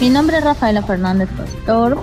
Mi nombre es Rafaela Fernández Pastor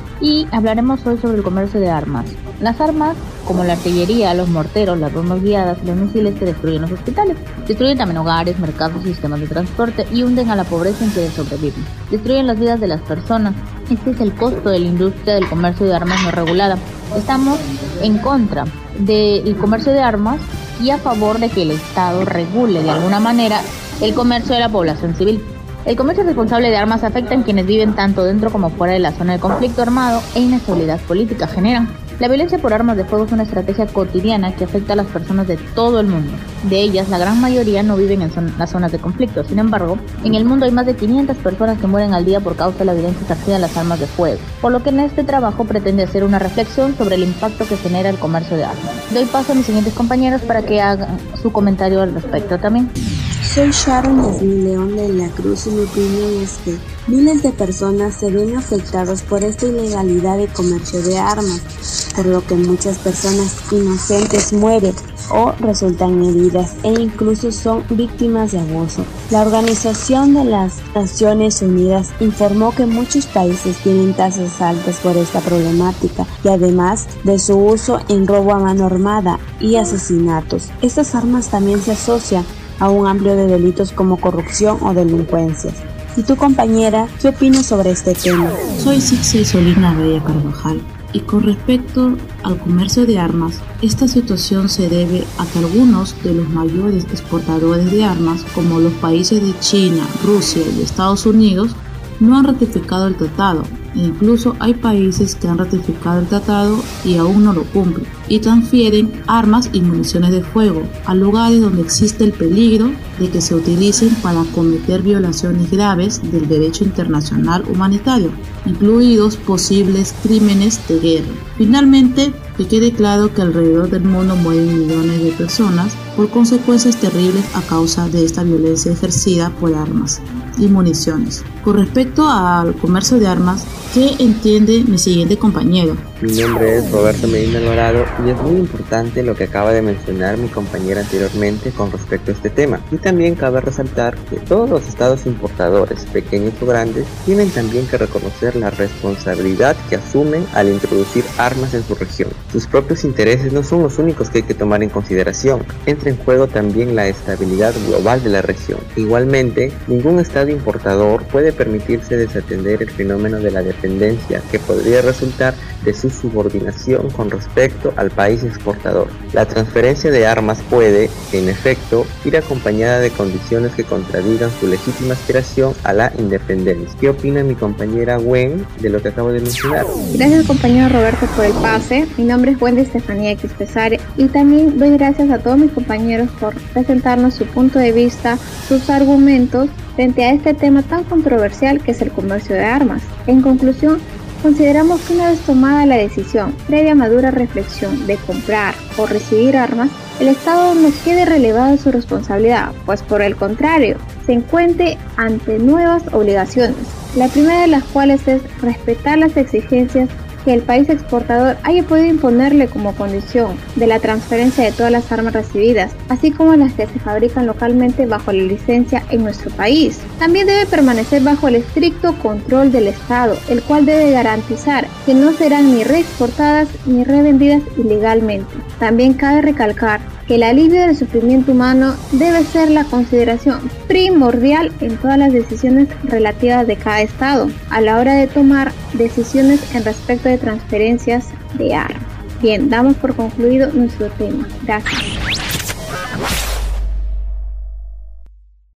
y hablaremos hoy sobre el comercio de armas. Las armas, como la artillería, los morteros, las bombas guiadas y los misiles, que destruyen los hospitales, destruyen también hogares, mercados y sistemas de transporte y hunden a la pobreza en quienes sobreviven. Destruyen las vidas de las personas. Este es el costo de la industria del comercio de armas no regulada. Estamos en contra del comercio de armas y a favor de que el Estado regule de alguna manera el comercio de la población civil. El comercio responsable de armas afecta a quienes viven tanto dentro como fuera de la zona de conflicto armado e inestabilidad política generan. La violencia por armas de fuego es una estrategia cotidiana que afecta a las personas de todo el mundo. De ellas, la gran mayoría no viven en las zonas de conflicto. Sin embargo, en el mundo hay más de 500 personas que mueren al día por causa de la violencia ejercida en las armas de fuego. Por lo que en este trabajo pretende hacer una reflexión sobre el impacto que genera el comercio de armas. Doy paso a mis siguientes compañeros para que hagan su comentario al respecto también. Soy Sharon Yasmín León de la Cruz y mi opinión es que miles de personas se ven afectados por esta ilegalidad de comercio de armas, por lo que muchas personas inocentes mueren o resultan heridas e incluso son víctimas de abuso. La Organización de las Naciones Unidas informó que muchos países tienen tasas altas por esta problemática y además de su uso en robo a mano armada y asesinatos. Estas armas también se asocian a un amplio de delitos como corrupción o delincuencias. ¿Y tu compañera qué opinas sobre este tema? Soy Sixi Solina Bella Carvajal y con respecto al comercio de armas, esta situación se debe a que algunos de los mayores exportadores de armas, como los países de China, Rusia y Estados Unidos, no han ratificado el tratado. Incluso hay países que han ratificado el tratado y aún no lo cumplen, y transfieren armas y municiones de fuego a lugares donde existe el peligro de que se utilicen para cometer violaciones graves del derecho internacional humanitario, incluidos posibles crímenes de guerra. Finalmente, que quede claro que alrededor del mundo mueren millones de personas por consecuencias terribles a causa de esta violencia ejercida por armas y municiones. Con respecto al comercio de armas, ¿qué entiende mi siguiente compañero? Mi nombre es Roberto Medina Alvarado y es muy importante lo que acaba de mencionar mi compañera anteriormente con respecto a este tema. Y también cabe resaltar que todos los estados importadores, pequeños o grandes, tienen también que reconocer la responsabilidad que asumen al introducir armas en su región. Sus propios intereses no son los únicos que hay que tomar en consideración. Entra en juego también la estabilidad global de la región. Igualmente, ningún estado importador puede permitirse desatender el fenómeno de la dependencia que podría resultar de su subordinación con respecto al país exportador. La transferencia de armas puede, en efecto, ir acompañada de condiciones que contradigan su legítima aspiración a la independencia. ¿Qué opina mi compañera Gwen de lo que acabo de mencionar? Gracias compañero Roberto por el pase. Mi nombre es Gwen de Estefanía X Pesare y también doy gracias a todos mis compañeros por presentarnos su punto de vista, sus argumentos frente a este tema tan controversial que es el comercio de armas. En conclusión, consideramos que una vez tomada la decisión, previa madura reflexión de comprar o recibir armas, el Estado no quede relevado de su responsabilidad, pues por el contrario, se encuentre ante nuevas obligaciones, la primera de las cuales es respetar las exigencias que el país exportador haya podido imponerle como condición de la transferencia de todas las armas recibidas, así como las que se fabrican localmente bajo la licencia en nuestro país. También debe permanecer bajo el estricto control del Estado, el cual debe garantizar que no serán ni reexportadas ni revendidas ilegalmente. También cabe recalcar que el alivio del sufrimiento humano debe ser la consideración primordial en todas las decisiones relativas de cada Estado a la hora de tomar decisiones en respecto de transferencias de armas. Bien, damos por concluido nuestro tema. Gracias.